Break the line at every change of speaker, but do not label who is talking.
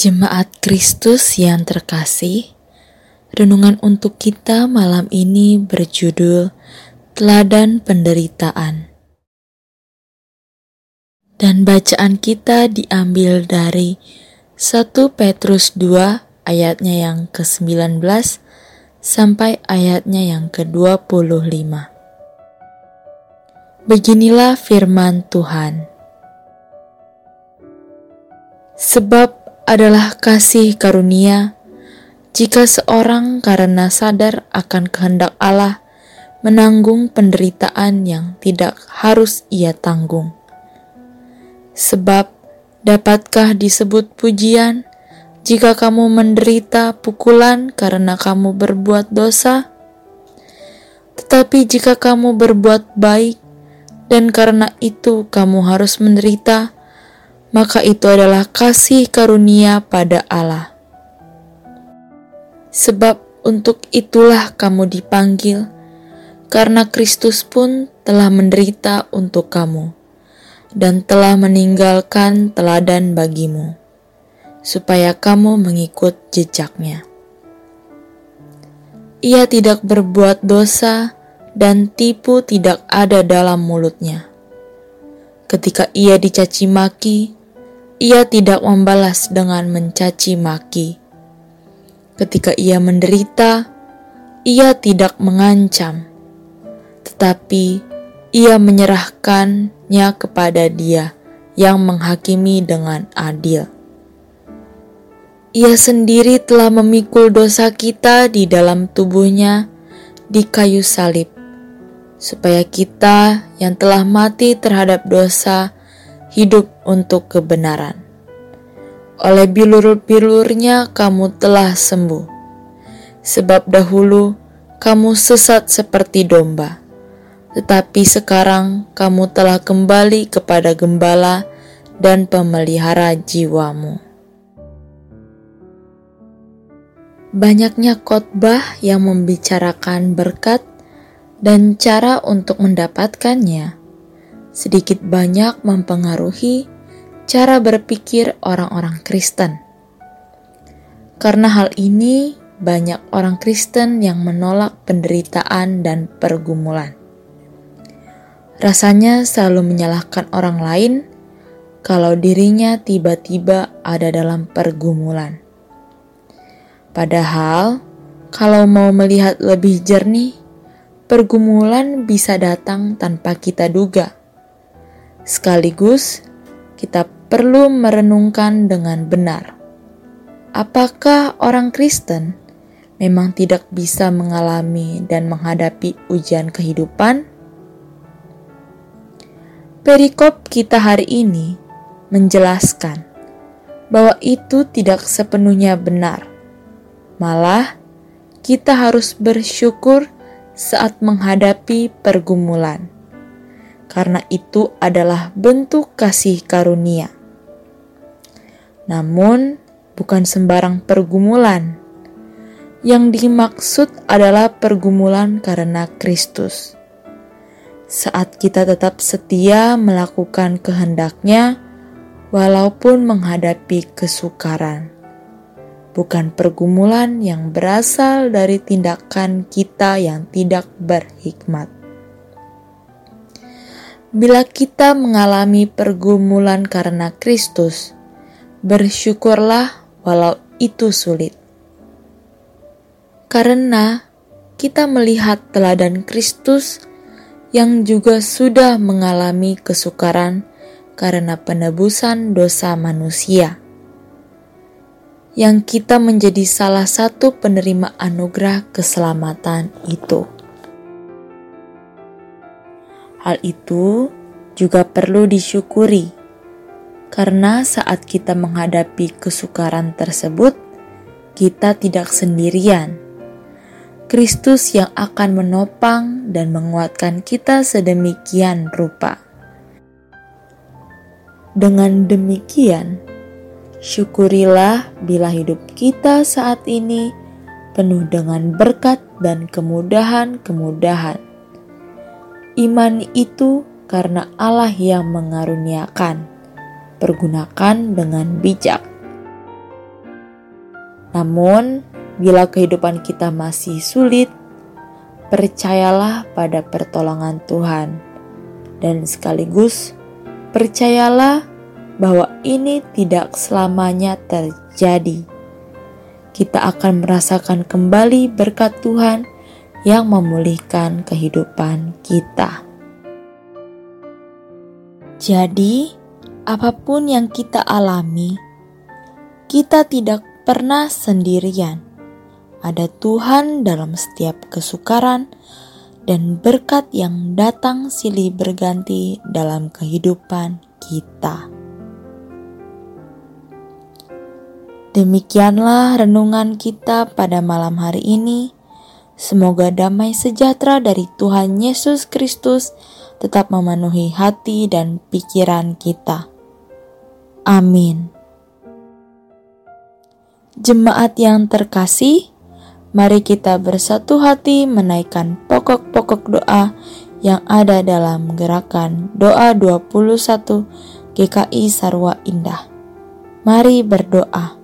Jemaat Kristus yang terkasih, renungan untuk kita malam ini berjudul Teladan Penderitaan. Dan bacaan kita diambil dari 1 Petrus 2 ayatnya yang ke-19 sampai ayatnya yang ke-25. Beginilah firman Tuhan. Sebab adalah kasih karunia jika seorang karena sadar akan kehendak Allah menanggung penderitaan yang tidak harus ia tanggung. Sebab dapatkah disebut pujian jika kamu menderita pukulan karena kamu berbuat dosa? Tetapi jika kamu berbuat baik dan karena itu kamu harus menderita, maka itu adalah kasih karunia pada Allah. Sebab untuk itulah kamu dipanggil, karena Kristus pun telah menderita untuk kamu, dan telah meninggalkan teladan bagimu, supaya kamu mengikut jejaknya. Ia tidak berbuat dosa, dan tipu tidak ada dalam mulutnya. Ketika ia dicaci maki, ia tidak membalas dengan mencaci maki. Ketika ia menderita, ia tidak mengancam, tetapi ia menyerahkannya kepada Dia yang menghakimi dengan adil. Ia sendiri telah memikul dosa kita di dalam tubuhnya di kayu salib, supaya kita yang telah mati terhadap dosa hidup untuk kebenaran. Oleh bilur-bilurnya kamu telah sembuh. Sebab dahulu kamu sesat seperti domba, tetapi sekarang kamu telah kembali kepada Gembala dan Pemelihara jiwamu. Banyaknya khotbah yang membicarakan berkat dan cara untuk mendapatkannya sedikit banyak mempengaruhi cara berpikir orang-orang Kristen. Karena hal ini, banyak orang Kristen yang menolak penderitaan dan pergumulan. Rasanya selalu menyalahkan orang lain kalau dirinya tiba-tiba ada dalam pergumulan. Padahal, kalau mau melihat lebih jernih, pergumulan bisa datang tanpa kita duga. Sekaligus, kita perlu merenungkan dengan benar. Apakah orang Kristen memang tidak bisa mengalami dan menghadapi ujian kehidupan? Perikop kita hari ini menjelaskan bahwa itu tidak sepenuhnya benar. Malah, kita harus bersyukur saat menghadapi pergumulan, karena itu adalah bentuk kasih karunia. Namun, bukan sembarang pergumulan. Yang dimaksud adalah pergumulan karena Kristus. Saat kita tetap setia melakukan kehendak-Nya, walaupun menghadapi kesukaran. Bukan pergumulan yang berasal dari tindakan kita yang tidak berhikmat. Bila kita mengalami pergumulan karena Kristus, bersyukurlah walau itu sulit. Karena kita melihat teladan Kristus yang juga sudah mengalami kesukaran karena penebusan dosa manusia, yang kita menjadi salah satu penerima anugerah keselamatan itu. Hal itu juga perlu disyukuri, karena saat kita menghadapi kesukaran tersebut, kita tidak sendirian. Kristus yang akan menopang dan menguatkan kita sedemikian rupa. Dengan demikian, syukurilah bila hidup kita saat ini penuh dengan berkat dan kemudahan-kemudahan. Iman itu karena Allah yang mengaruniakan, pergunakan dengan bijak. Namun, bila kehidupan kita masih sulit, percayalah pada pertolongan Tuhan. Dan sekaligus, percayalah bahwa ini tidak selamanya terjadi. Kita akan merasakan kembali berkat Tuhan yang memulihkan kehidupan kita. Jadi, apapun yang kita alami, kita tidak pernah sendirian. Ada Tuhan dalam setiap kesukaran dan berkat yang datang silih berganti dalam kehidupan kita. Demikianlah renungan kita pada malam hari ini. Semoga damai sejahtera dari Tuhan Yesus Kristus tetap memenuhi hati dan pikiran kita. Amin. Jemaat yang terkasih, mari kita bersatu hati menaikkan pokok-pokok doa yang ada dalam gerakan doa 21 GKI Sarwa Indah. Mari berdoa.